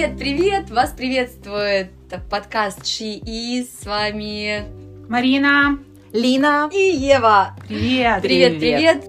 Привет, привет! Вас приветствует подкаст She Is. С вами Марина, Лина и Ева. Привет! Привет!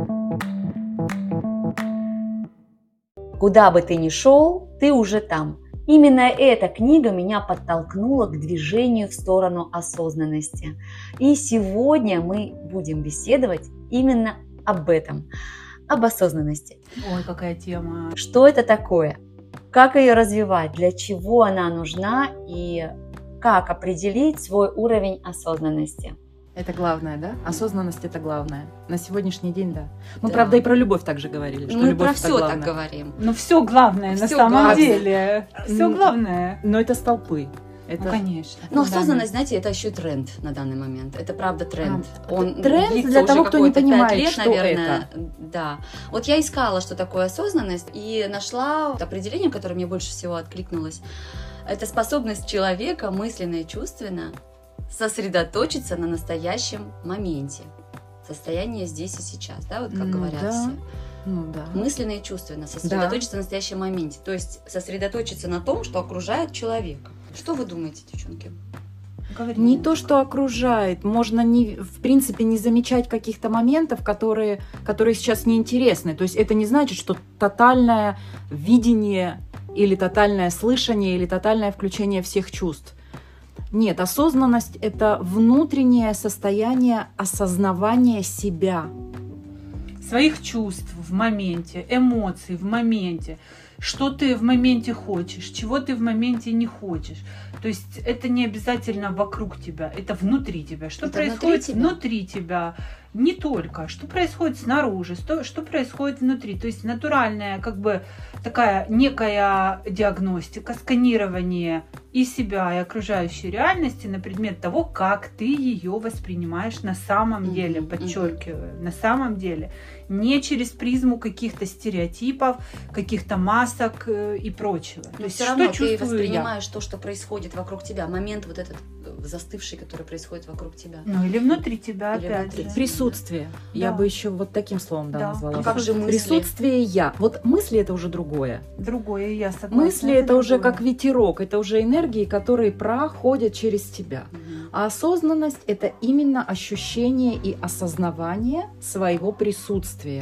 Куда бы ты ни шел, ты уже там. Именно эта книга меня подтолкнула к движению в сторону осознанности. И сегодня мы будем беседовать именно об этом, об осознанности. Ой, какая тема! Что это такое? Как ее развивать? Для чего она нужна? И как определить свой уровень осознанности? это главное, да? Осознанность это главное. На сегодняшний день, да. Мы, Да. правда, и про любовь также говорили, что Мы любовь про это все главное. так говорим. Ну, все главное на Всё самом главное. деле. Все главное. Но это столпы. Это... Ну, конечно. Но осознанность, знаете, это еще и тренд на данный момент. Это правда тренд. Он тренд длится для уже того, кто не какой-то 5 понимает, лет, что наверное. Да. Вот я искала, что такое осознанность, и нашла определение, которое мне больше всего откликнулось. Это способность человека мысленно и чувственно сосредоточиться на настоящем моменте. Состояние здесь и сейчас, да, вот как Ну говорят да. все. Ну да. Мысленно и чувственно сосредоточиться на настоящем моменте. То есть сосредоточиться на том, что окружает человека. Что вы думаете, девчонки? Говори. Не то, что окружает, можно в принципе не замечать каких-то моментов, которые сейчас неинтересны. То есть это не значит, что тотальное видение или тотальное слышание или тотальное включение всех чувств. Нет, осознанность – это внутреннее состояние осознавания себя. Своих чувств в моменте, эмоций в моменте. Что ты в моменте хочешь, чего ты в моменте не хочешь. То есть это не обязательно вокруг тебя, это внутри тебя. Что Это происходит внутри внутри тебя? Не только. Что происходит снаружи, что происходит внутри. То есть натуральная, как бы такая некая диагностика, сканирование и себя, и окружающей реальности на предмет того, как ты ее воспринимаешь на самом деле, подчеркиваю, на самом деле. Не через призму каких-то стереотипов, каких-то масок и прочего. Но То есть все равно что ты чувствую воспринимаешь то, что происходит вокруг тебя, момент вот этот застывший, который происходит вокруг тебя. я? Ну или внутри тебя Или опять внутри же. Присутствие. Я Да. бы еще вот таким словом Да. назвала. А как же мысли? Присутствие я. Вот мысли это уже другое. Другое, я согласна. Мысли это уже другое. как ветерок, это уже энергии, которые проходят через тебя. Мгм. А осознанность это именно ощущение и осознавание своего присутствия.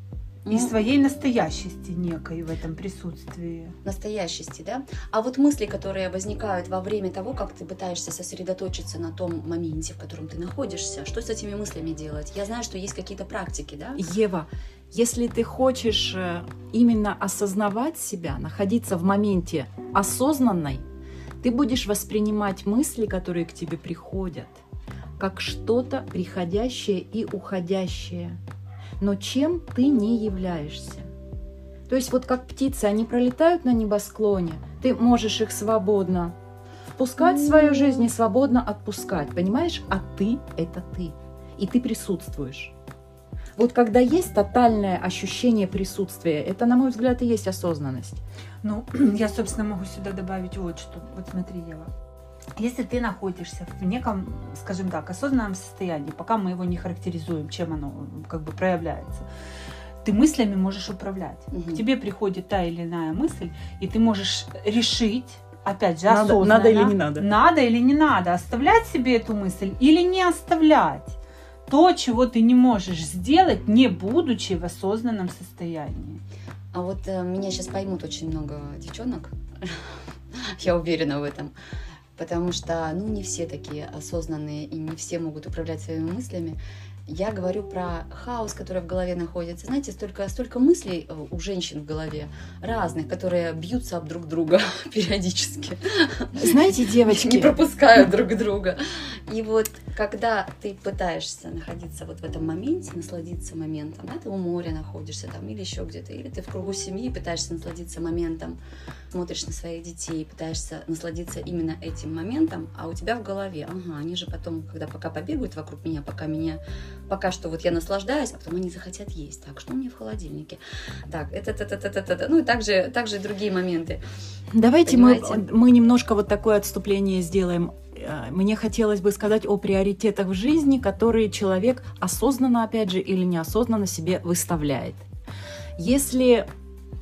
И Ну, своей настоящести некой в этом присутствии. настоящести, да? А вот мысли, которые возникают во время того, как ты пытаешься сосредоточиться на том моменте, в котором ты находишься, что с этими мыслями делать? Я знаю, что есть какие-то практики, да? Ева, если ты хочешь именно осознавать себя, находиться в моменте осознанной, ты будешь воспринимать мысли, которые к тебе приходят, как что-то приходящее и уходящее, но чем ты не являешься. То есть вот как птицы, они пролетают на небосклоне, ты можешь их свободно впускать в свою жизнь и свободно отпускать, понимаешь? А ты – это ты, и ты присутствуешь. Вот когда есть тотальное ощущение присутствия, это, на мой взгляд, и есть осознанность. Ну, я, собственно, могу сюда добавить вот что. Вот смотри, Ева. Если ты находишься в неком, скажем так, осознанном состоянии, пока мы его не характеризуем, чем оно как бы проявляется, ты мыслями можешь управлять. Мгм. К тебе приходит та или иная мысль, и ты можешь решить, опять же, Надо осознанно, или не надо. надо или не надо, оставлять себе эту мысль или не оставлять. То, чего ты не можешь сделать, не будучи в осознанном состоянии. А вот меня сейчас поймут очень много девчонок, я уверена в этом, потому что, не все такие осознанные и не все могут управлять своими мыслями. Я говорю про хаос, который в голове находится. Знаете, столько мыслей у женщин в голове разных, которые бьются об друг друга периодически. Знаете, девочки, Не пропускают друг друга. И вот когда ты пытаешься находиться вот в этом моменте, насладиться моментом, да, ты у моря находишься там или еще где-то, или ты в кругу семьи пытаешься насладиться моментом, смотришь на своих детей, пытаешься насладиться именно этим моментом, а у тебя в голове, они же потом, пока побегают вокруг меня, пока что вот я наслаждаюсь, а потом они захотят есть. Так, что у меня в холодильнике? Так, ну и также и другие моменты. давайте Понимаете? мы немножко вот такое отступление сделаем. Мне хотелось бы сказать о приоритетах в жизни, которые человек осознанно, опять же, или неосознанно себе выставляет. Если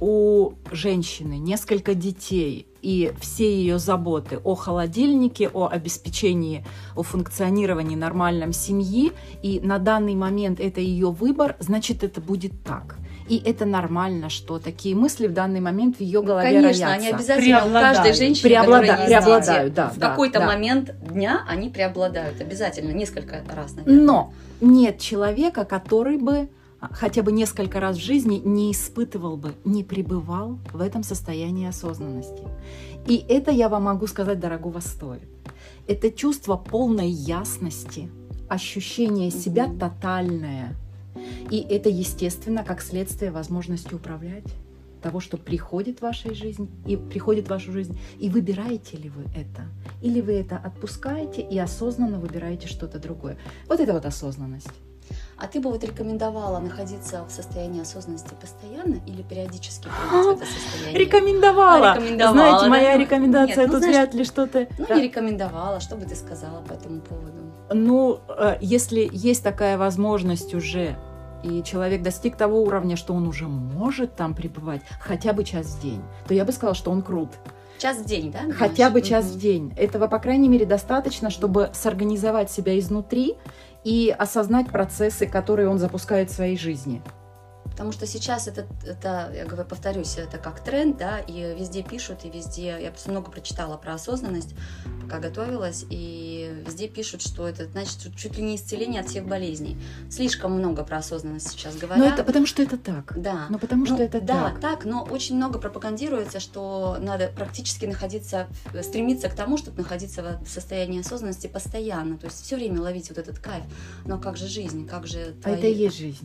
у женщины несколько детей и все ее заботы о холодильнике, о обеспечении, о функционировании нормальном семьи, и на данный момент это ее выбор, значит, это будет так. И это нормально, что такие мысли в данный момент в ее голове Конечно, роятся. они обязательно у каждой женщины, преобладают, да, в какой-то момент дня они преобладают. Обязательно, несколько раз, наверное. Но нет человека, который бы хотя бы несколько раз в жизни не испытывал бы, не пребывал в этом состоянии осознанности. И это, я вам могу сказать, дорогого стоит. Это чувство полной ясности, ощущение себя тотальное. И это, естественно, как следствие возможности управлять того, что приходит в вашей жизни, и приходит в вашу жизнь. И выбираете ли вы это? Или вы это отпускаете и осознанно выбираете что-то другое? Вот это вот осознанность. А ты бы вот рекомендовала находиться в состоянии осознанности постоянно или периодически приходить в это состояние? Рекомендовала. Знаете, моя рекомендация Нет, тут вряд ли что-то... не рекомендовала. Что бы ты сказала по этому поводу? Ну, если есть такая возможность уже, и человек достиг того уровня, что он уже может там пребывать хотя бы час в день, то я бы сказала, что он крут. Час в день, да? Хотя бы час в день. Этого, по крайней мере, достаточно, чтобы сорганизовать себя изнутри и осознать процессы, которые он запускает в своей жизни. Потому что сейчас это, я говорю, повторюсь, это как тренд, да, и везде пишут, и везде, я просто много прочитала про осознанность, пока готовилась, и везде пишут, что это, значит, чуть ли не исцеление от всех болезней. Слишком много про осознанность сейчас говорят. Ну, это потому что это так. Да. Но потому что это да, так. так, но очень много пропагандируется, что надо практически стремиться к тому, чтобы находиться в состоянии осознанности постоянно, то есть все время ловить вот этот кайф. Но как же жизнь, как же твои... А это и есть жизнь.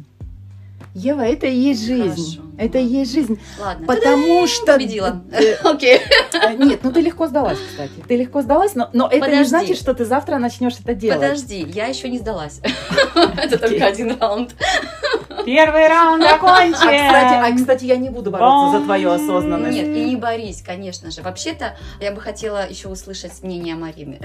Ева, это и есть жизнь. Хорошо. Это и есть жизнь. Ладно, потому что... победила. Окей. Нет, ну ты легко сдалась, кстати. Ты легко сдалась, но это Подожди. не значит, что ты завтра начнешь это делать. Подожди, я еще не сдалась. Это только один раунд. Первый раунд окончен. Кстати, я не буду бороться за твою осознанность. Нет, и не борись, конечно же. Вообще-то, я бы хотела еще услышать мнение Марины.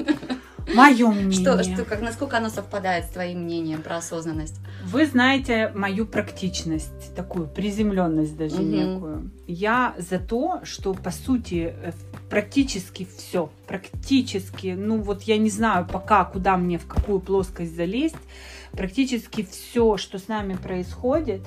Мое мнение. Насколько оно совпадает с твоим мнением про осознанность? Вы знаете мою практичность, такую приземленность даже некую. Я за то, что, по сути, практически все, ну вот я не знаю пока, куда мне, в какую плоскость залезть, практически все, что с нами происходит,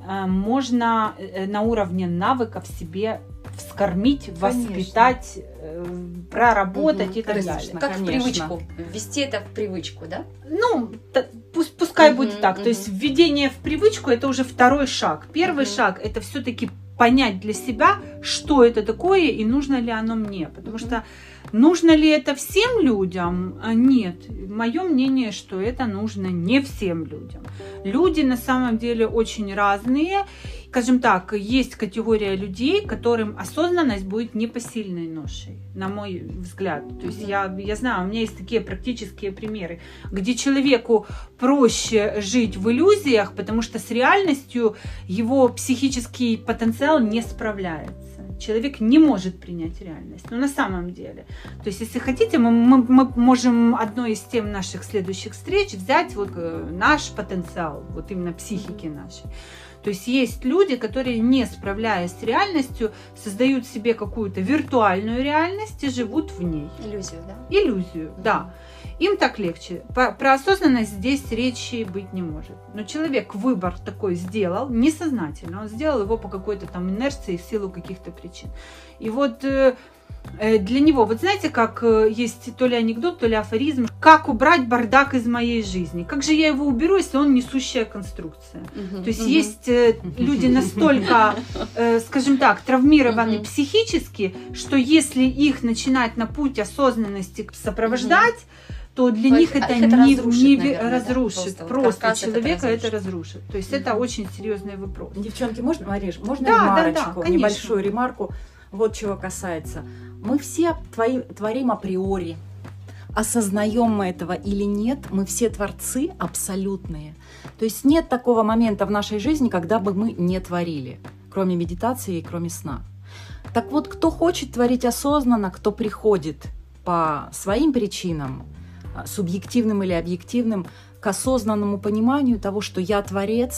можно на уровне навыков себе вскормить, воспитать, проработать и так далее. Как в привычку. Ввести это в привычку, да? Ну, пускай будет так. То есть введение в привычку – это уже второй шаг. Первый шаг – это все-таки понять для себя, что это такое и нужно ли оно мне. Потому что нужно ли это всем людям? Нет. Мое мнение, что это нужно не всем людям. Люди на самом деле очень разные. Скажем так, есть категория людей, которым осознанность будет непосильной ношей, на мой взгляд. То есть я знаю, у меня есть такие практические примеры, где человеку проще жить в иллюзиях, потому что с реальностью его психический потенциал не справляется. Человек не может принять реальность. Но на самом деле. То есть, если хотите, мы можем одной из тем наших следующих встреч взять вот наш потенциал, вот именно психики нашей. То есть есть люди, которые, не справляясь с реальностью, создают себе какую-то виртуальную реальность и живут в ней. Иллюзию, да? Иллюзию, да. Им так легче. Про осознанность здесь речи быть не может. Но человек выбор такой сделал, несознательно. Он сделал его по какой-то там инерции, в силу каких-то причин. И вот для него, вот знаете, как есть то ли анекдот, то ли афоризм, как убрать бардак из моей жизни? Как же я его уберу, если он несущая конструкция? То есть есть люди настолько, скажем так, травмированы психически, что если их начинать на путь осознанности сопровождать, то для них это не разрушит. Просто человека это разрушит. То есть это очень серьезный вопрос. Девчонки, можно, Мариш, можно ремарочку, небольшую ремарку? Вот чего касается. Мы все творим априори. Осознаем мы этого или нет, мы все творцы абсолютные. То есть нет такого момента в нашей жизни, когда бы мы не творили, кроме медитации и кроме сна. Так вот, кто хочет творить осознанно, кто приходит по своим причинам, субъективным или объективным, к осознанному пониманию того, что я творец,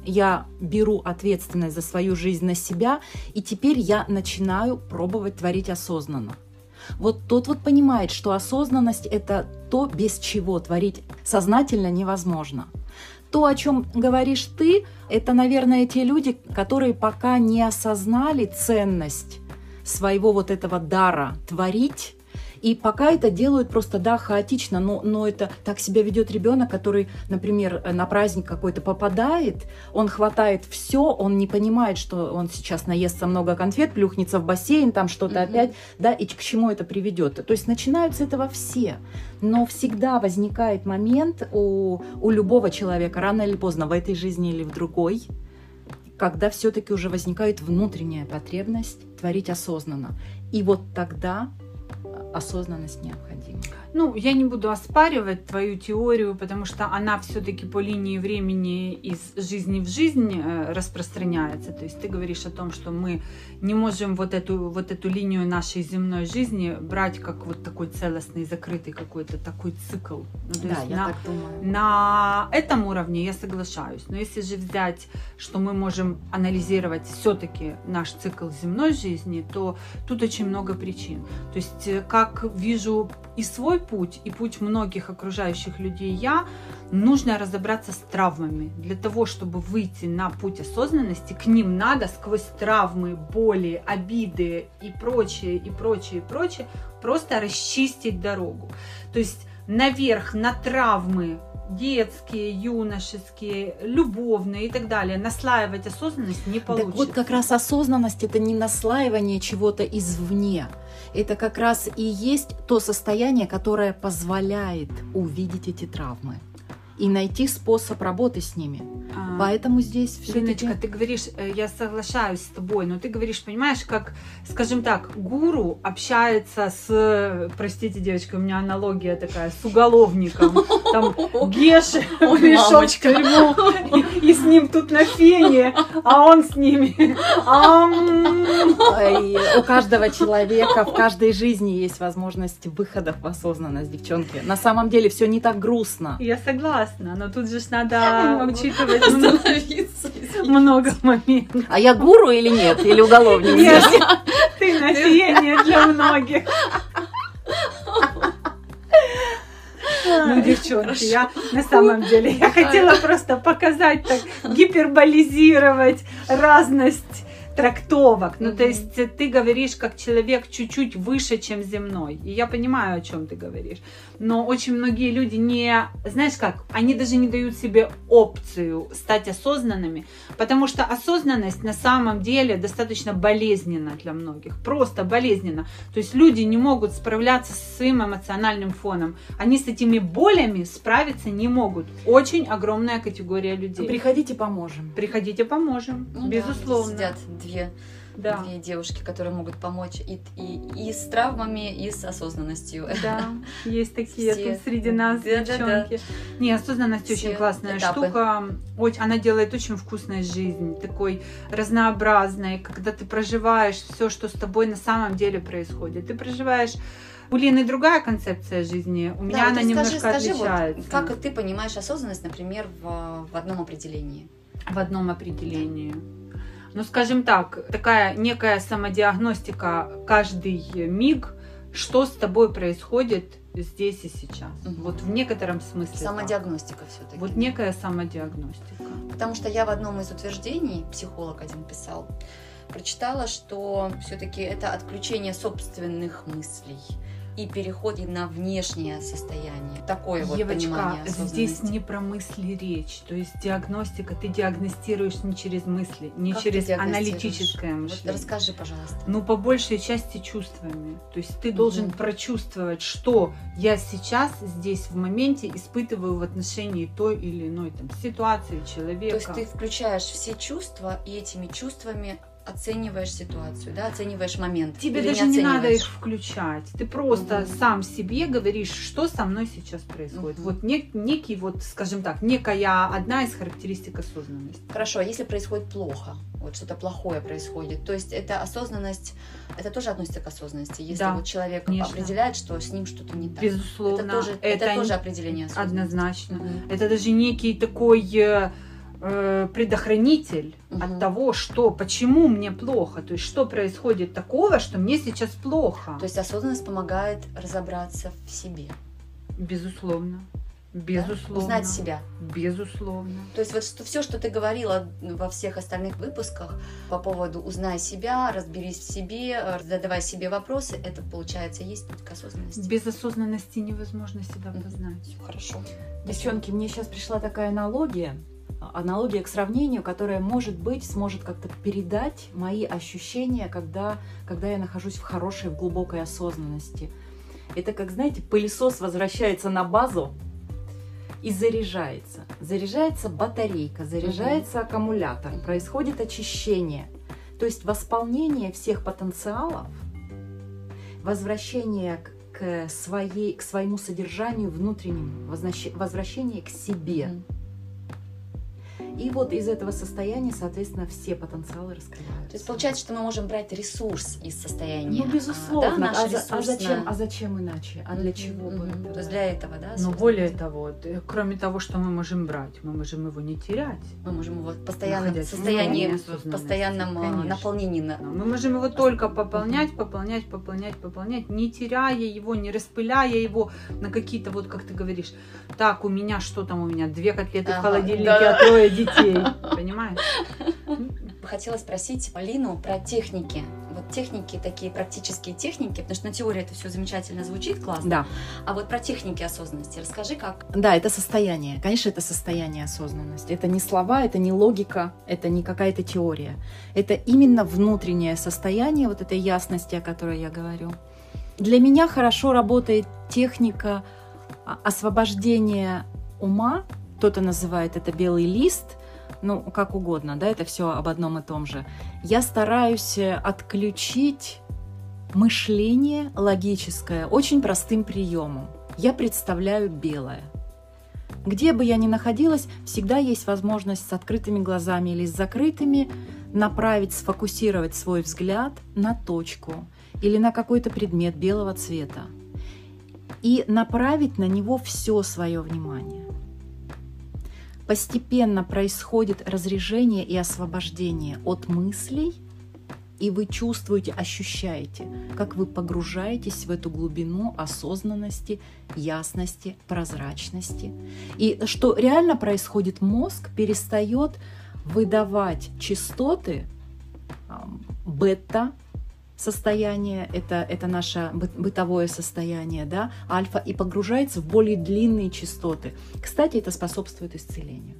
я беру ответственность за свою жизнь на себя, и теперь я начинаю пробовать творить осознанно. Вот тот вот понимает, что осознанность – это то, без чего творить сознательно невозможно. То, о чем говоришь ты, это, наверное, те люди, которые пока не осознали ценность своего вот этого дара творить, и пока это делают просто, да, хаотично, но это так себя ведет ребенок, который, например, на праздник какой-то попадает, он хватает все, он не понимает, что он сейчас наестся много конфет, плюхнется в бассейн, там что-то опять, да, и к чему это приведет. То есть начинают с этого все, но всегда возникает момент у любого человека, рано или поздно, в этой жизни или в другой, когда все-таки уже возникает внутренняя потребность творить осознанно. И вот тогда осознанность необходима. Ну, я не буду оспаривать твою теорию, потому что она все-таки по линии времени из жизни в жизнь распространяется. То есть ты говоришь о том, что мы не можем вот эту линию нашей земной жизни брать как вот такой целостный, закрытый какой-то такой цикл. Ну, да, я так думаю. На этом уровне я соглашаюсь. Но если же взять, что мы можем анализировать все-таки наш цикл земной жизни, то тут очень много причин. То есть как вижу и свой путь, и путь многих окружающих людей нужно разобраться с травмами. Для того, чтобы выйти на путь осознанности, к ним надо сквозь травмы, боли, обиды и прочее, просто расчистить дорогу. То есть наверх на травмы детские, юношеские, любовные и так далее, наслаивать осознанность не получится. Так вот как раз осознанность – это не наслаивание чего-то извне. Это как раз и есть то состояние, которое позволяет увидеть эти травмы и найти способ работы с ними. Поэтому здесь все. Линочка, ты говоришь, я соглашаюсь с тобой, но ты говоришь, понимаешь, как, скажем так, гуру общается с, простите, девочка, у меня аналогия такая, с уголовником. Там Геша пришел в тюрьму, и с ним тут на фене, а он с ними. У каждого человека в каждой жизни есть возможность выхода в осознанность, девчонки. На самом деле все не так грустно. Я согласна, но тут же надо учитывать много моментов. А я гуру или нет? Или уголовник? Нет, ты на фене для многих. Ну, девчонки, я на самом деле, я хотела просто показать, так, гиперболизировать разность трактовок. Ну, то есть ты говоришь как человек чуть-чуть выше, чем земной. И я понимаю, о чем ты говоришь. Но очень многие люди не... Знаешь как? Они даже не дают себе опцию стать осознанными, потому что осознанность на самом деле достаточно болезненна для многих. Просто болезненно. То есть люди не могут справляться со своим эмоциональным фоном. Они с этими болями справиться не могут. Очень огромная категория людей. Приходите, поможем. Приходите, поможем. Ну, безусловно. Да, сидят две девушки, которые могут помочь и с травмами, и с осознанностью. Да, есть такие тут среди нас девчонки. Не, осознанность очень классная штука. Она делает очень вкусную жизнь, такой разнообразной, когда ты проживаешь все, что с тобой на самом деле происходит. Ты проживаешь... У Лены другая концепция жизни, у меня она немножко отличается. Вот, как ты понимаешь осознанность, например, в одном определении? В одном определении. Ну, скажем так, такая некая самодиагностика каждый миг, что с тобой происходит здесь и сейчас. Вот в некотором смысле. Самодиагностика все-таки. Вот некая самодиагностика. Потому что я в одном из утверждений, психолог один писал, прочитала, что все-таки это отключение собственных мыслей и переход на внешнее состояние. Такое вот понимание осознанности. Здесь не про мысли речь. То есть диагностика, ты диагностируешь не через мысли, не как через аналитическое мышление. Вот расскажи, пожалуйста. Ну, по большей части чувствами. То есть ты должен прочувствовать, что я сейчас здесь в моменте испытываю в отношении той или иной ситуации, человека. То есть ты включаешь все чувства и этими чувствами оцениваешь ситуацию, да, оцениваешь момент. Тебе даже не надо их включать. Ты просто сам себе говоришь, что со мной сейчас происходит. Вот некий, вот, скажем так, некая одна из характеристик осознанности. Хорошо, а если происходит плохо, вот что-то плохое происходит, то есть это осознанность, это тоже относится к осознанности, если вот человек определяет, что с ним что-то не так. Безусловно. Это тоже определение осознанности. Однозначно. Это даже некий такой... предохранитель от того, почему мне плохо, то есть что происходит такого, что мне сейчас плохо. То есть осознанность помогает разобраться в себе. Безусловно. Безусловно. Да? Узнать себя. Безусловно. То есть вот все, что ты говорила во всех остальных выпусках по поводу «узнай себя», «разберись в себе», «задавай себе вопросы», это, получается, есть путь к осознанности. Без осознанности невозможно себя познать. Все хорошо. Девчонки, мне сейчас пришла такая аналогия к сравнению, которая, может быть, сможет как-то передать мои ощущения, когда я нахожусь в хорошей, в глубокой осознанности. Это как, знаете, пылесос возвращается на базу и заряжается. Заряжается батарейка, заряжается аккумулятор, происходит очищение. То есть восполнение всех потенциалов, возвращение к своему содержанию внутреннему, возвращение к себе. И вот из этого состояния, соответственно, все потенциалы раскрываются. То есть получается, что мы можем брать ресурс из состояния. Ну, безусловно. Да, а зачем иначе? А для чего бы это? То есть для этого, да? Но более того, кроме того, что мы можем брать, мы можем его не терять. Мы можем его в постоянном состоянии, в постоянном наполнении. Мы можем его только пополнять, не теряя его, не распыляя его на какие-то, вот как ты говоришь, так, у меня что там, у меня 2 котлеты в холодильнике, а 3 детей. Понимаешь? Хотела спросить Полину про техники. Вот техники, такие практические техники, потому что на теории это все замечательно звучит, классно. Да. А вот про техники осознанности расскажи, как. Да, это состояние. Конечно, это состояние осознанности. Это не слова, это не логика, это не какая-то теория. Это именно внутреннее состояние вот этой ясности, о которой я говорю. Для меня хорошо работает техника освобождения ума. Кто-то называет это белый лист, ну, как угодно, да, это все об одном и том же. Я стараюсь отключить мышление логическое очень простым приемом. Я представляю белое. Где бы я ни находилась, всегда есть возможность с открытыми глазами или с закрытыми направить, сфокусировать свой взгляд на точку или на какой-то предмет белого цвета и направить на него все свое внимание. Постепенно происходит разрежение и освобождение от мыслей, и вы чувствуете, ощущаете, как вы погружаетесь в эту глубину осознанности, ясности, прозрачности. И что реально происходит, мозг перестает выдавать частоты бета, состояние, это наше бытовое состояние, да, альфа, и погружается в более длинные частоты. Кстати, это способствует исцелению.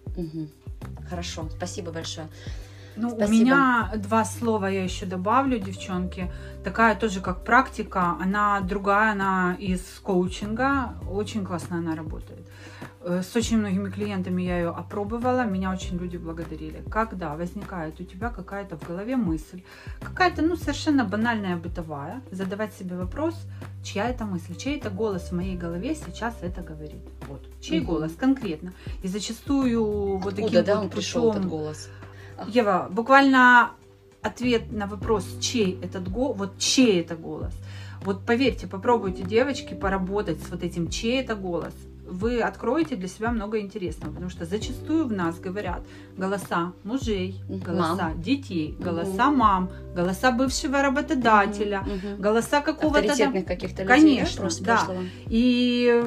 Хорошо, спасибо большое. Ну, у меня 2 слова я еще добавлю, девчонки. Такая тоже как практика, она другая, она из коучинга, очень классно она работает. С очень многими клиентами я ее опробовала, меня очень люди благодарили. Когда возникает у тебя какая-то в голове мысль, какая-то, ну, совершенно банальная, бытовая, задавать себе вопрос, чья это мысль, чей это голос в моей голове сейчас это говорит. Вот, чей голос конкретно. И зачастую вот таким да, вот он пришел, этот голос? Ева, буквально ответ на вопрос, чей этот голос, вот чей это голос. Вот поверьте, попробуйте, девочки, поработать с вот этим, чей это голос. Вы откроете для себя много интересного, потому что зачастую в нас говорят голоса мужей, голоса детей, голоса мам, голоса бывшего работодателя, голоса какого-то авторитетных каких-то людей, конечно, да. И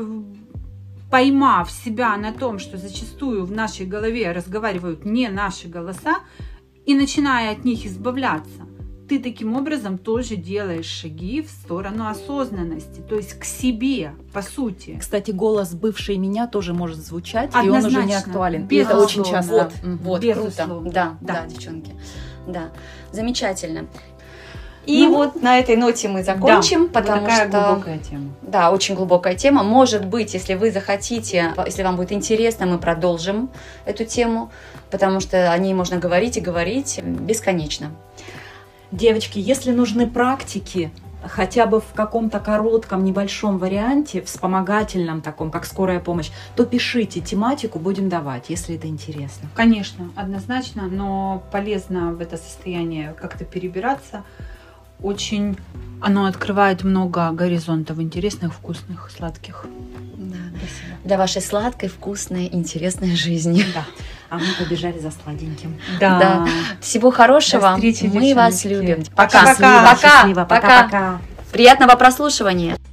поймав себя на том, что зачастую в нашей голове разговаривают не наши голоса, и начиная от них избавляться, ты таким образом тоже делаешь шаги в сторону осознанности, то есть к себе, по сути. Кстати, голос бывшей меня тоже может звучать, однозначно, и он уже не актуален. И это очень часто. Вот безусловно. Круто. Да, девчонки. Да, замечательно. И вот на этой ноте мы закончим, потому вот такая что глубокая тема. Да, очень глубокая тема. Может быть, если вы захотите, если вам будет интересно, мы продолжим эту тему, потому что о ней можно говорить и говорить бесконечно. Девочки, если нужны практики, хотя бы в каком-то коротком, небольшом варианте, вспомогательном таком, как скорая помощь, то пишите тематику, будем давать, если это интересно. Конечно, однозначно, но полезно в это состояние как-то перебираться. Очень оно открывает много горизонтов интересных, вкусных, сладких. Да. Для вашей сладкой, вкусной, интересной жизни. Да. А мы побежали за сладеньким. Да. Всего хорошего. До встречи, Мы вас девчоночки. любим. Пока. Пока. Счастливо. Пока. Пока. Приятного прослушивания.